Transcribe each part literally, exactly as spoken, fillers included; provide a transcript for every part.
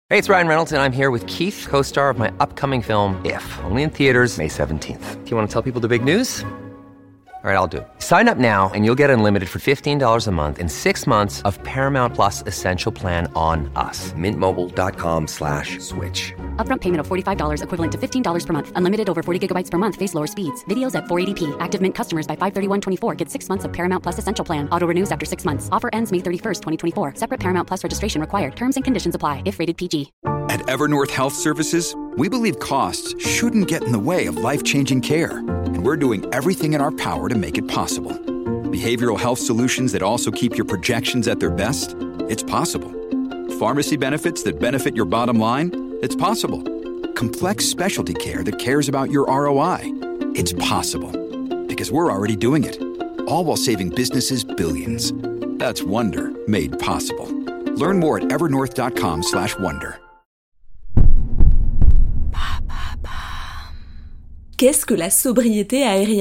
Hey, it's Ryan Reynolds, and I'm here with Keith, co-star of my upcoming film, If, only in theaters May seventeenth. Do you want to tell people the big news? All right, I'll do it. Sign up now and you'll get unlimited for fifteen dollars a month and six months of Paramount Plus Essential Plan on us. Mint Mobile dot com slash switch. Upfront payment of forty-five dollars equivalent to fifteen dollars per month. Unlimited over forty gigabytes per month. Face lower speeds. Videos at four eighty p. Active Mint customers by five thirty-one twenty-four get six months of Paramount Plus Essential Plan. Auto renews after six months. Offer ends May thirty-first, twenty twenty-four. Separate Paramount Plus registration required. Terms and conditions apply if rated P G. At Evernorth Health Services, we believe costs shouldn't get in the way of life-changing care. And we're doing everything in our power to make it possible. Behavioral health solutions that also keep your projections at their best? It's possible. Pharmacy benefits that benefit your bottom line? It's possible. Complex specialty care that cares about your R O I? It's possible. Because we're already doing it. All while saving businesses billions. That's Wonder made possible. Learn more at evernorth.com slash wonder. Qu'est-ce que la sobriété aérienne ?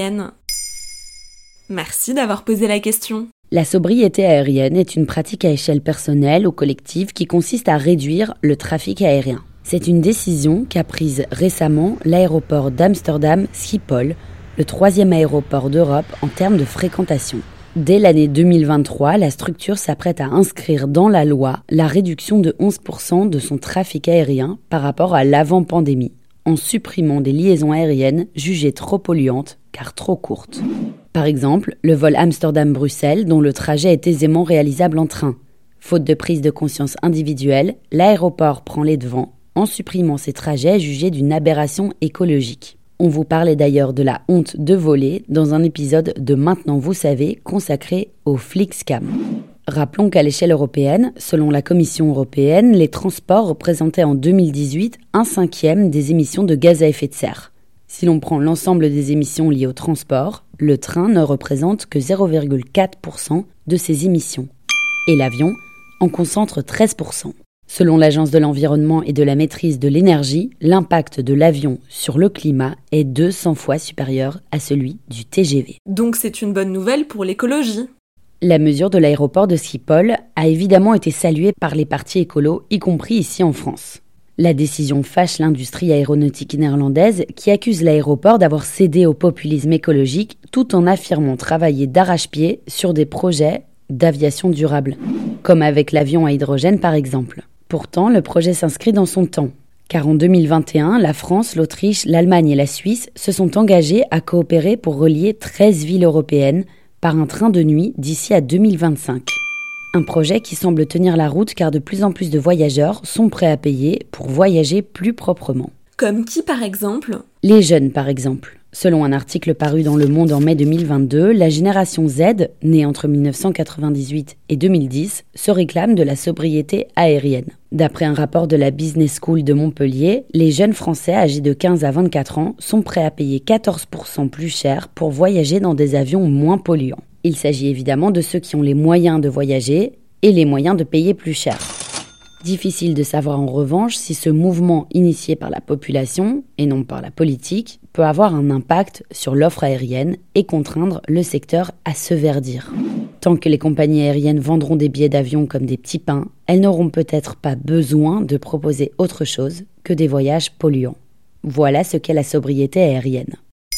Merci d'avoir posé la question. La sobriété aérienne est une pratique à échelle personnelle ou collective qui consiste à réduire le trafic aérien. C'est une décision qu'a prise récemment l'aéroport d'Amsterdam Schiphol, le troisième aéroport d'Europe en termes de fréquentation. Dès l'année deux mille vingt-trois, la structure s'apprête à inscrire dans la loi la réduction de onze pour cent de son trafic aérien par rapport à l'avant-pandémie, en supprimant des liaisons aériennes jugées trop polluantes car trop courtes. Par exemple, le vol Amsterdam-Bruxelles dont le trajet est aisément réalisable en train. Faute de prise de conscience individuelle, l'aéroport prend les devants en supprimant ces trajets jugés d'une aberration écologique. On vous parlait d'ailleurs de la honte de voler dans un épisode de Maintenant vous savez consacré au Flixcam. Rappelons qu'à l'échelle européenne, selon la Commission européenne, les transports représentaient en deux mille dix-huit un cinquième des émissions de gaz à effet de serre. Si l'on prend l'ensemble des émissions liées au transport, le train ne représente que zéro virgule quatre pour cent de ces émissions. Et l'avion en concentre treize pour cent. Selon l'Agence de l'environnement et de la maîtrise de l'énergie, l'impact de l'avion sur le climat est deux cents fois supérieur à celui du T G V. Donc c'est une bonne nouvelle pour l'écologie. La mesure de l'aéroport de Schiphol a évidemment été saluée par les partis écolos, y compris ici en France. La décision fâche l'industrie aéronautique néerlandaise qui accuse l'aéroport d'avoir cédé au populisme écologique tout en affirmant travailler d'arrache-pied sur des projets d'aviation durable, comme avec l'avion à hydrogène par exemple. Pourtant, le projet s'inscrit dans son temps, car en deux mille vingt et un, la France, l'Autriche, l'Allemagne et la Suisse se sont engagés à coopérer pour relier treize villes européennes par un train de nuit d'ici à deux mille vingt-cinq. Un projet qui semble tenir la route car de plus en plus de voyageurs sont prêts à payer pour voyager plus proprement. Comme qui par exemple ? Les jeunes par exemple. Selon un article paru dans Le Monde en mai deux mille vingt-deux, la génération Z, née entre mille neuf cent quatre-vingt-dix-huit et deux mille dix, se réclame de la sobriété aérienne. D'après un rapport de la Business School de Montpellier, les jeunes Français âgés de quinze à vingt-quatre ans sont prêts à payer quatorze pour cent plus cher pour voyager dans des avions moins polluants. Il s'agit évidemment de ceux qui ont les moyens de voyager et les moyens de payer plus cher. Difficile de savoir en revanche si ce mouvement initié par la population, et non par la politique, peut avoir un impact sur l'offre aérienne et contraindre le secteur à se verdir. Tant que les compagnies aériennes vendront des billets d'avion comme des petits pains, elles n'auront peut-être pas besoin de proposer autre chose que des voyages polluants. Voilà ce qu'est la sobriété aérienne.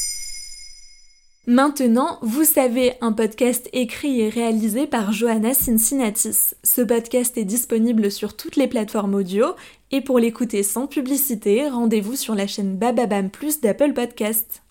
Maintenant, vous savez, un podcast écrit et réalisé par Johanna Cincinnatis. Ce podcast est disponible sur toutes les plateformes audio et pour l'écouter sans publicité, rendez-vous sur la chaîne Bababam Plus d'Apple Podcasts.